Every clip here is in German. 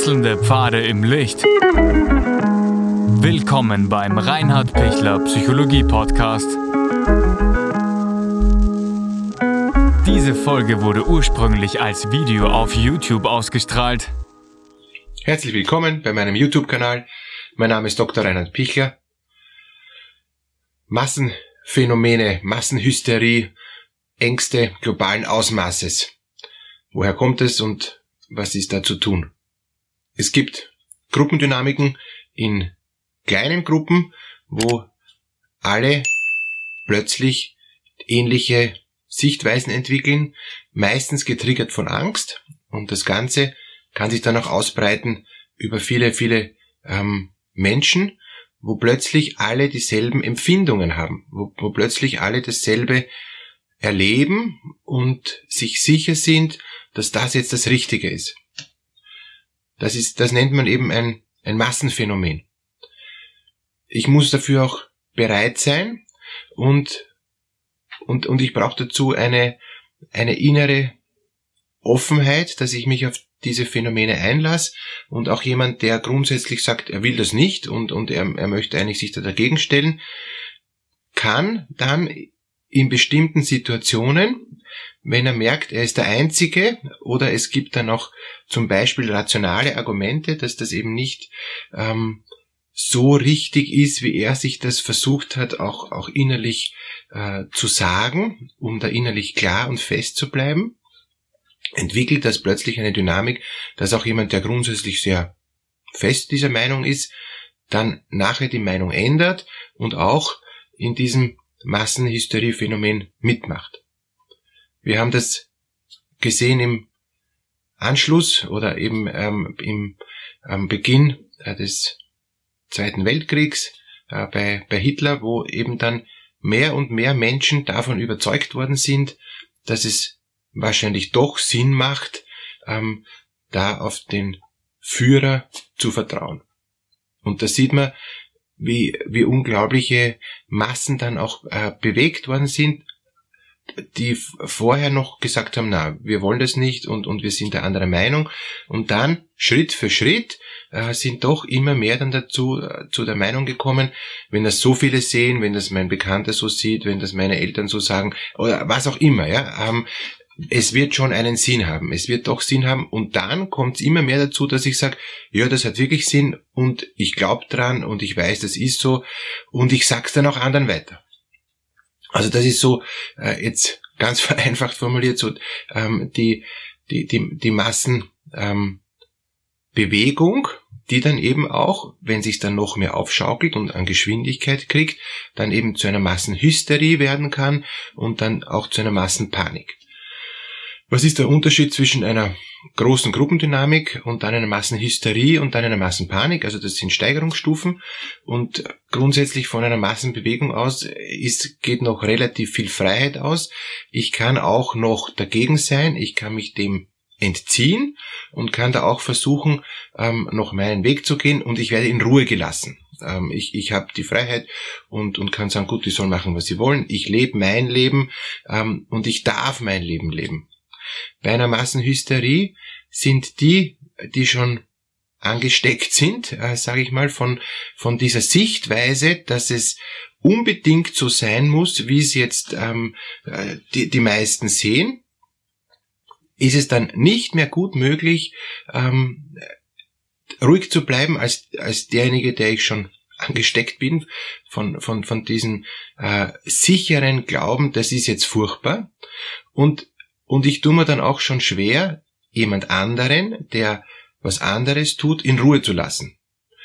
Wechselnde Pfade im Licht. Willkommen beim Reinhard Pichler Psychologie Podcast. Diese Folge wurde ursprünglich als Video auf YouTube ausgestrahlt. Herzlich willkommen bei meinem YouTube-Kanal. Mein Name ist Dr. Reinhard Pichler. Massenphänomene, Massenhysterie, Ängste globalen Ausmaßes. Woher kommt es und was ist da zu tun? Es gibt Gruppendynamiken in kleinen Gruppen, wo alle plötzlich ähnliche Sichtweisen entwickeln, meistens getriggert von Angst, und das Ganze kann sich dann auch ausbreiten über viele Menschen, wo plötzlich alle dieselben Empfindungen haben, wo plötzlich alle dasselbe erleben und sich sicher sind, dass das jetzt das Richtige ist. Das nennt man eben ein Massenphänomen. Ich muss dafür auch bereit sein und ich brauche dazu eine innere Offenheit, dass ich mich auf diese Phänomene einlasse, und auch jemand, der grundsätzlich sagt, er will das nicht und er möchte eigentlich sich da dagegen stellen, kann dann in bestimmten Situationen, wenn er merkt, er ist der Einzige, oder es gibt dann auch zum Beispiel rationale Argumente, dass das eben nicht so richtig ist, wie er sich das versucht hat, auch innerlich zu sagen, um da innerlich klar und fest zu bleiben, entwickelt das plötzlich eine Dynamik, dass auch jemand, der grundsätzlich sehr fest dieser Meinung ist, dann nachher die Meinung ändert und auch in diesem Massenhysterie-Phänomen mitmacht. Wir haben das gesehen im Anschluss oder eben im Beginn des Zweiten Weltkriegs bei Hitler, wo eben dann mehr und mehr Menschen davon überzeugt worden sind, dass es wahrscheinlich doch Sinn macht, da auf den Führer zu vertrauen. Und da sieht man, wie unglaubliche Massen dann auch bewegt worden sind, die vorher noch gesagt haben, na, wir wollen das nicht und wir sind der anderer Meinung. Und dann Schritt für Schritt sind doch immer mehr dann zu der Meinung gekommen, wenn das so viele sehen, wenn das mein Bekannter so sieht, wenn das meine Eltern so sagen oder was auch immer, ja, es wird schon einen Sinn haben, es wird doch Sinn haben, und dann kommt es immer mehr dazu, dass ich sage, ja, das hat wirklich Sinn und ich glaube dran und ich weiß, das ist so, und ich sag's dann auch anderen weiter. Also das ist so, jetzt ganz vereinfacht formuliert, so die Massenbewegung, die dann eben auch, wenn sich dann noch mehr aufschaukelt und an Geschwindigkeit kriegt, dann eben zu einer Massenhysterie werden kann und dann auch zu einer Massenpanik. Was ist der Unterschied zwischen einer großen Gruppendynamik und dann einer Massenhysterie und dann einer Massenpanik? Also das sind Steigerungsstufen, und grundsätzlich von einer Massenbewegung aus geht noch relativ viel Freiheit aus. Ich kann auch noch dagegen sein, ich kann mich dem entziehen und kann da auch versuchen, noch meinen Weg zu gehen, und ich werde in Ruhe gelassen. Ich habe die Freiheit und kann sagen, gut, die sollen machen, was sie wollen. Ich lebe mein Leben und ich darf mein Leben leben. Bei einer Massenhysterie sind die schon angesteckt sind, sage ich mal, von dieser Sichtweise, dass es unbedingt so sein muss, wie es jetzt die meisten sehen, ist es dann nicht mehr gut möglich, ruhig zu bleiben als derjenige, der ich schon angesteckt bin, von diesem sicheren Glauben, das ist jetzt furchtbar, und ich tue mir dann auch schon schwer, jemand anderen, der was anderes tut, in Ruhe zu lassen.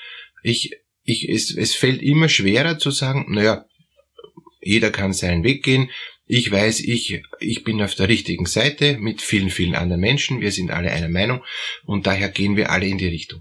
Es fällt immer schwerer zu sagen, naja, jeder kann seinen Weg gehen, ich weiß, ich bin auf der richtigen Seite mit vielen anderen Menschen, wir sind alle einer Meinung und daher gehen wir alle in die Richtung.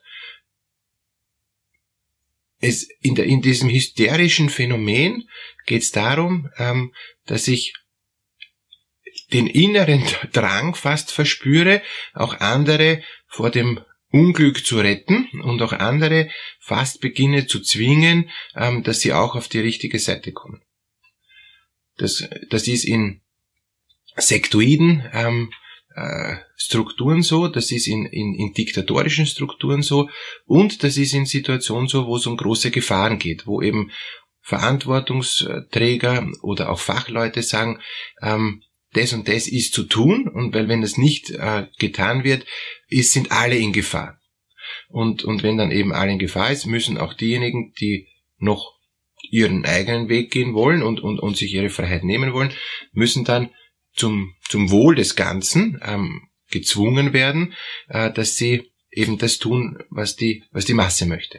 In diesem hysterischen Phänomen geht es darum, dass ich den inneren Drang fast verspüre, auch andere vor dem Unglück zu retten und auch andere fast beginne zu zwingen, dass sie auch auf die richtige Seite kommen. Das ist in sektoiden Strukturen so, das ist in diktatorischen Strukturen so und das ist in Situationen so, wo es um große Gefahren geht, wo eben Verantwortungsträger oder auch Fachleute sagen, das und das ist zu tun und weil wenn das nicht getan wird, sind alle in Gefahr. Und wenn dann eben alle in Gefahr ist, müssen auch diejenigen, die noch ihren eigenen Weg gehen wollen und sich ihre Freiheit nehmen wollen, müssen dann zum Wohl des Ganzen gezwungen werden, dass sie eben das tun, was die Masse möchte.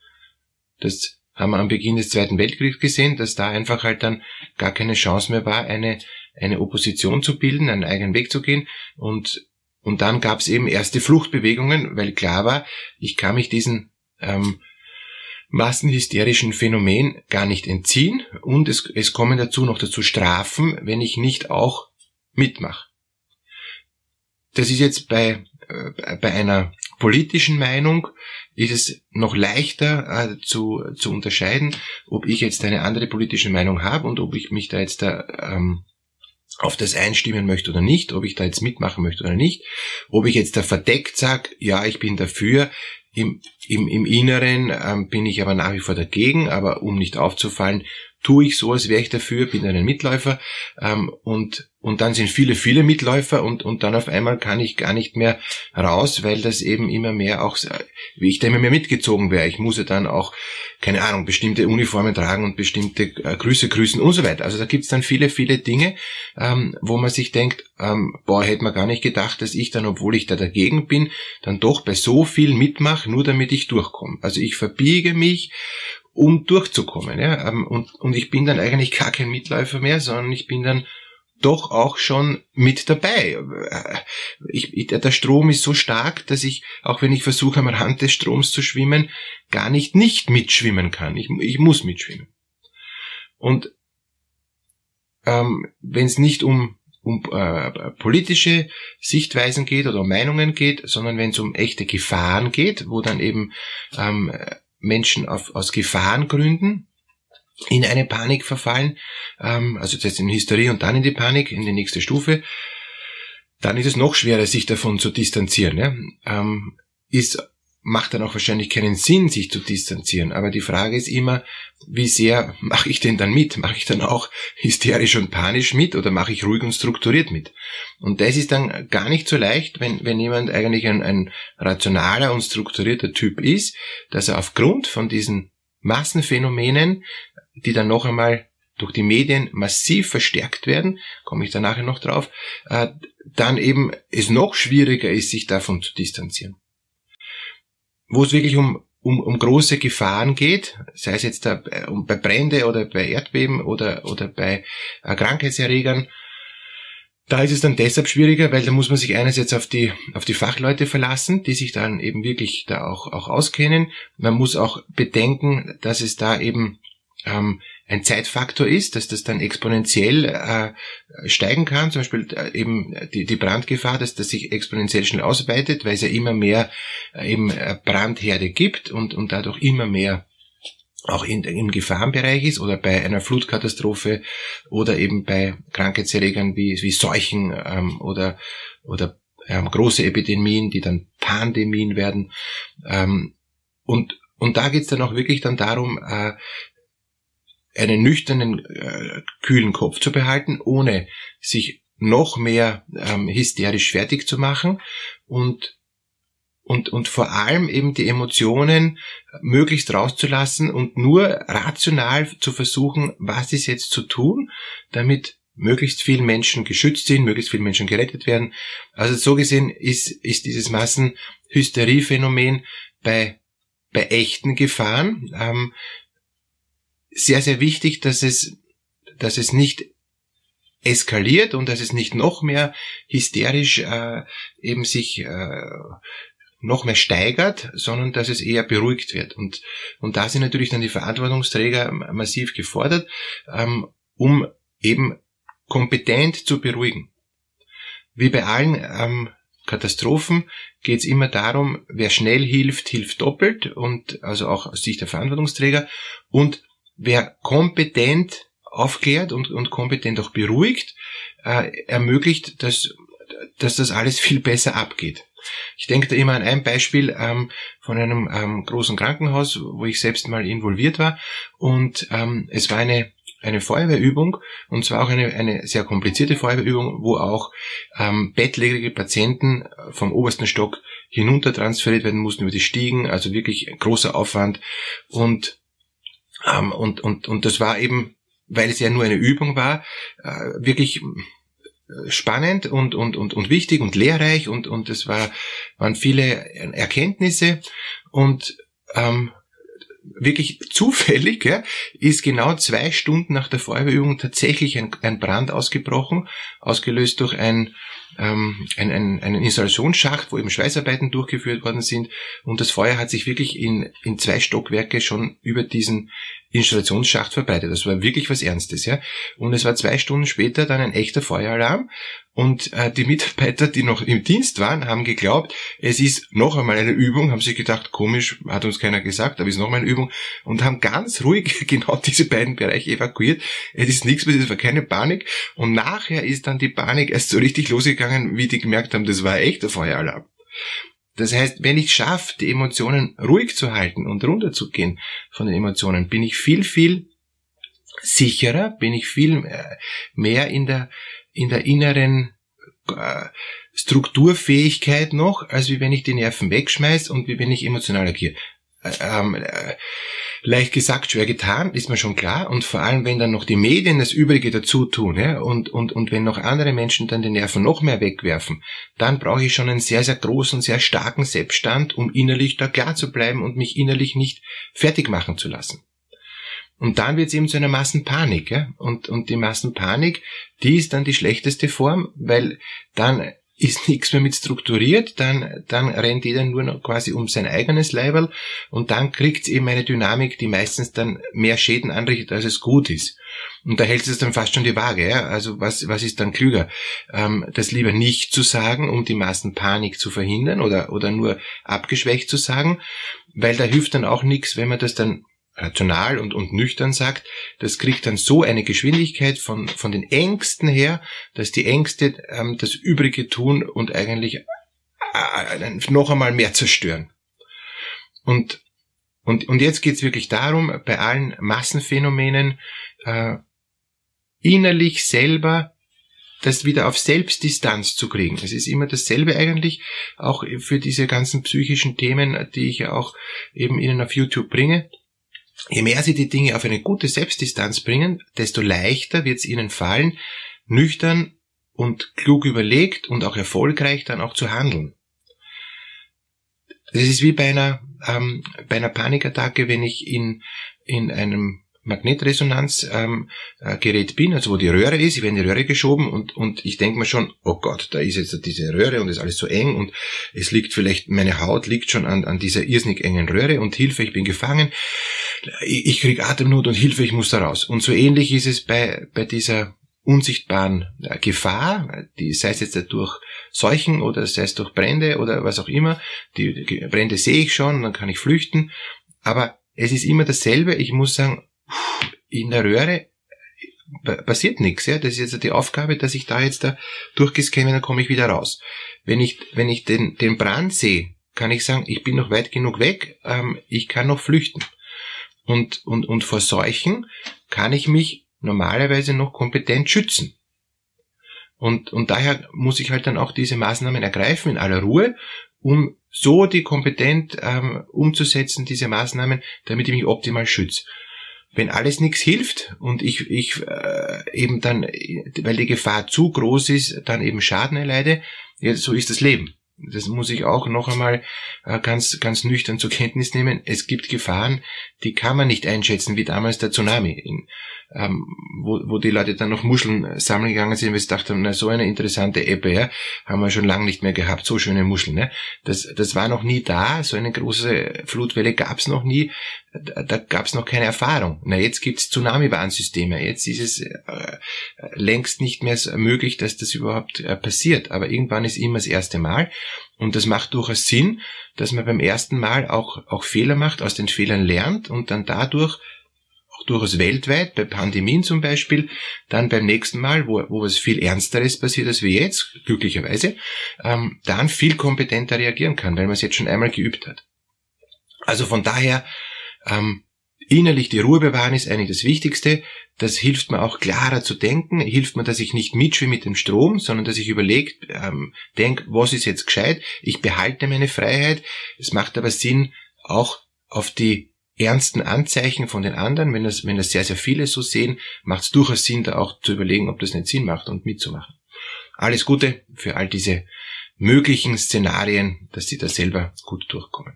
Das haben wir am Beginn des Zweiten Weltkriegs gesehen, dass da einfach halt dann gar keine Chance mehr war, eine Opposition zu bilden, einen eigenen Weg zu gehen und dann gab es eben erste Fluchtbewegungen, weil klar war, ich kann mich diesen massenhysterischen Phänomen gar nicht entziehen und es kommen dazu Strafen, wenn ich nicht auch mitmache. Das ist jetzt bei einer politischen Meinung ist es noch leichter zu unterscheiden, ob ich jetzt eine andere politische Meinung habe und ob ich mich da jetzt auf das einstimmen möchte oder nicht, ob ich da jetzt mitmachen möchte oder nicht, ob ich jetzt da verdeckt sage, ja, ich bin dafür, im Inneren bin ich aber nach wie vor dagegen, aber um nicht aufzufallen, tue ich so, als wäre ich dafür, bin ein Mitläufer und dann sind viele Mitläufer und dann auf einmal kann ich gar nicht mehr raus, weil das eben immer mehr auch, wie ich da immer mehr mitgezogen wäre. Ich muss ja dann auch, keine Ahnung, bestimmte Uniformen tragen und bestimmte Grüße grüßen und so weiter. Also da gibt's dann viele Dinge, wo man sich denkt, hätte man gar nicht gedacht, dass ich dann, obwohl ich da dagegen bin, dann doch bei so viel mitmache, nur damit ich durchkomme. Also ich verbiege mich, um durchzukommen. Ja? Und ich bin dann eigentlich gar kein Mitläufer mehr, sondern ich bin dann doch auch schon mit dabei. Der Strom ist so stark, dass ich, auch wenn ich versuche, am Rand des Stroms zu schwimmen, gar nicht mitschwimmen kann. Ich muss mitschwimmen. Und wenn es nicht um politische Sichtweisen geht oder um Meinungen geht, sondern wenn es um echte Gefahren geht, wo dann eben Menschen aus Gefahrengründen in eine Panik verfallen, also zuerst in Hysterie und dann in die Panik, in die nächste Stufe, dann ist es noch schwerer, sich davon zu distanzieren. Ja? Macht dann auch wahrscheinlich keinen Sinn, sich zu distanzieren. Aber die Frage ist immer, wie sehr mache ich denn dann mit? Mache ich dann auch hysterisch und panisch mit oder mache ich ruhig und strukturiert mit? Und das ist dann gar nicht so leicht, wenn jemand eigentlich ein rationaler und strukturierter Typ ist, dass er aufgrund von diesen Massenphänomenen, die dann noch einmal durch die Medien massiv verstärkt werden, komme ich da nachher noch drauf, dann eben es noch schwieriger ist, sich davon zu distanzieren. Wo es wirklich um große Gefahren geht, sei es jetzt bei Brände oder bei Erdbeben oder bei Krankheitserregern, da ist es dann deshalb schwieriger, weil da muss man sich einerseits auf die Fachleute verlassen, die sich dann eben wirklich da auch auskennen. Man muss auch bedenken, dass es da eben ein Zeitfaktor ist, dass das dann exponentiell steigen kann, zum Beispiel eben die Brandgefahr, dass das sich exponentiell schnell ausweitet, weil es ja immer mehr eben Brandherde gibt und dadurch immer mehr auch im Gefahrenbereich ist oder bei einer Flutkatastrophe oder eben bei Krankheitserregern wie Seuchen oder große Epidemien, die dann Pandemien werden. Und da geht's dann auch wirklich dann darum, einen nüchternen, kühlen Kopf zu behalten, ohne sich noch mehr hysterisch fertig zu machen und vor allem eben die Emotionen möglichst rauszulassen und nur rational zu versuchen, was ist jetzt zu tun, damit möglichst viele Menschen geschützt sind, möglichst viele Menschen gerettet werden. Also so gesehen ist dieses Massenhysteriephänomen bei echten Gefahren sehr, sehr wichtig, dass es nicht eskaliert und dass es nicht noch mehr hysterisch eben sich noch mehr steigert, sondern dass es eher beruhigt wird. Und da sind natürlich dann die Verantwortungsträger massiv gefordert, um eben kompetent zu beruhigen. Wie bei allen Katastrophen geht es immer darum, wer schnell hilft, hilft doppelt, und also auch aus Sicht der Verantwortungsträger, und wer kompetent aufklärt und kompetent auch beruhigt, ermöglicht, dass dass das alles viel besser abgeht. Ich denke da immer an ein Beispiel von einem großen Krankenhaus, wo ich selbst mal involviert war, und es war eine Feuerwehrübung, und zwar auch eine sehr komplizierte Feuerwehrübung, wo auch bettlägerige Patienten vom obersten Stock hinunter transferiert werden mussten über die Stiegen, also wirklich großer Aufwand, und das war eben, weil es ja nur eine Übung war, wirklich spannend und wichtig und lehrreich, und es waren viele Erkenntnisse, und wirklich zufällig, ja, ist genau 2 Stunden nach der Feuerwehrübung tatsächlich ein Brand ausgebrochen, ausgelöst durch einen Installationsschacht, wo eben Schweißarbeiten durchgeführt worden sind, und das Feuer hat sich wirklich in 2 Stockwerke schon über diesen Installationsschacht verbreitet. Das war wirklich was Ernstes, ja. Und es war 2 Stunden später dann ein echter Feueralarm, und die Mitarbeiter, die noch im Dienst waren, haben geglaubt, es ist noch einmal eine Übung, haben sich gedacht, komisch, hat uns keiner gesagt, aber es ist noch einmal eine Übung, und haben ganz ruhig genau diese beiden Bereiche evakuiert. Es ist nichts passiert, es war keine Panik, und nachher ist dann die Panik erst so richtig losgegangen, wie die gemerkt haben, das war ein echter Feueralarm. Das heißt, wenn ich schaffe, die Emotionen ruhig zu halten und runterzugehen von den Emotionen, bin ich viel, viel sicherer, bin ich viel mehr in der inneren Strukturfähigkeit noch, als wie wenn ich die Nerven wegschmeiß und wie wenn ich emotional agiere. Leicht gesagt, schwer getan, ist mir schon klar, und vor allem, wenn dann noch die Medien das Übrige dazu tun, ja, und wenn noch andere Menschen dann die Nerven noch mehr wegwerfen, dann brauche ich schon einen sehr, sehr großen, sehr starken Selbststand, um innerlich da klar zu bleiben und mich innerlich nicht fertig machen zu lassen. Und dann wird es eben zu einer Massenpanik, ja, und die Massenpanik, die ist dann die schlechteste Form, weil dann ist nichts mehr mit strukturiert, dann rennt jeder nur noch quasi um sein eigenes Leiberl, und dann kriegt es eben eine Dynamik, die meistens dann mehr Schäden anrichtet, als es gut ist. Und da hält es dann fast schon die Waage, ja. Also was ist dann klüger? Das lieber nicht zu sagen, um die Massenpanik zu verhindern, oder nur abgeschwächt zu sagen, weil da hilft dann auch nichts, wenn man das dann rational und nüchtern sagt, das kriegt dann so eine Geschwindigkeit von den Ängsten her, dass die Ängste das Übrige tun und eigentlich noch einmal mehr zerstören. Und jetzt geht's wirklich darum, bei allen Massenphänomenen innerlich selber das wieder auf Selbstdistanz zu kriegen. Es ist immer dasselbe eigentlich, auch für diese ganzen psychischen Themen, die ich ja auch eben Ihnen auf YouTube bringe. Je mehr Sie die Dinge auf eine gute Selbstdistanz bringen, desto leichter wird es Ihnen fallen, nüchtern und klug überlegt und auch erfolgreich dann auch zu handeln. Das ist wie bei einer Panikattacke, wenn ich in einem Magnetresonanzgerät bin, also wo die Röhre ist, ich werde in die Röhre geschoben, und ich denke mir schon, oh Gott, da ist jetzt diese Röhre und ist alles so eng, und es liegt vielleicht, meine Haut liegt schon an dieser irrsinnig engen Röhre, und Hilfe, ich bin gefangen, ich krieg Atemnot und Hilfe, ich muss da raus. Und so ähnlich ist es bei dieser unsichtbaren Gefahr, die sei es jetzt durch Seuchen oder sei es durch Brände oder was auch immer, die Brände sehe ich schon, dann kann ich flüchten, aber es ist immer dasselbe, ich muss sagen, in der Röhre passiert nichts, ja. Das ist jetzt die Aufgabe, dass ich da jetzt durchgescannt, dann komme ich wieder raus. Wenn ich den Brand sehe, kann ich sagen, ich bin noch weit genug weg, ich kann noch flüchten. Und vor Seuchen kann ich mich normalerweise noch kompetent schützen. Und daher muss ich halt dann auch diese Maßnahmen ergreifen in aller Ruhe, um so die kompetent umzusetzen, diese Maßnahmen, damit ich mich optimal schütze. Wenn alles nichts hilft und ich eben dann, weil die Gefahr zu groß ist, dann eben Schaden erleide, ja, so ist das Leben. Das muss ich auch noch einmal ganz, ganz nüchtern zur Kenntnis nehmen. Es gibt Gefahren, die kann man nicht einschätzen, wie damals der Tsunami, wo die Leute dann noch Muscheln sammeln gegangen sind, weil sie dachten, na, so eine interessante Ebbe, ja, haben wir schon lange nicht mehr gehabt, so schöne Muscheln, ne? Das war noch nie da, so eine große Flutwelle gab's noch nie, da gab's noch keine Erfahrung. Na, jetzt gibt's Tsunami-Warnsysteme, jetzt ist es längst nicht mehr möglich, dass das überhaupt passiert, aber irgendwann ist immer das erste Mal, und das macht durchaus Sinn, dass man beim ersten Mal auch Fehler macht, aus den Fehlern lernt und dann dadurch auch durchaus weltweit, bei Pandemien zum Beispiel, dann beim nächsten Mal, wo was viel Ernsteres passiert als wie jetzt, glücklicherweise, dann viel kompetenter reagieren kann, weil man es jetzt schon einmal geübt hat. Also von daher, innerlich die Ruhe bewahren ist eigentlich das Wichtigste. Das hilft mir auch klarer zu denken, hilft mir, dass ich nicht mitschwimme mit dem Strom, sondern dass ich denke, was ist jetzt gescheit? Ich behalte meine Freiheit. Es macht aber Sinn, auch auf die ernsten Anzeichen von den anderen, wenn das sehr, sehr viele so sehen, macht es durchaus Sinn, da auch zu überlegen, ob das nicht Sinn macht und mitzumachen. Alles Gute für all diese möglichen Szenarien, dass Sie da selber gut durchkommen.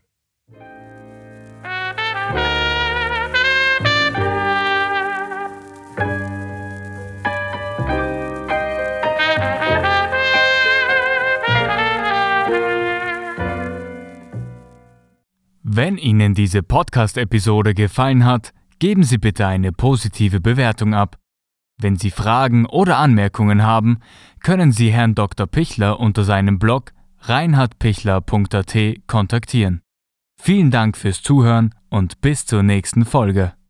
Wenn Ihnen diese Podcast-Episode gefallen hat, geben Sie bitte eine positive Bewertung ab. Wenn Sie Fragen oder Anmerkungen haben, können Sie Herrn Dr. Pichler unter seinem Blog reinhardpichler.at kontaktieren. Vielen Dank fürs Zuhören und bis zur nächsten Folge.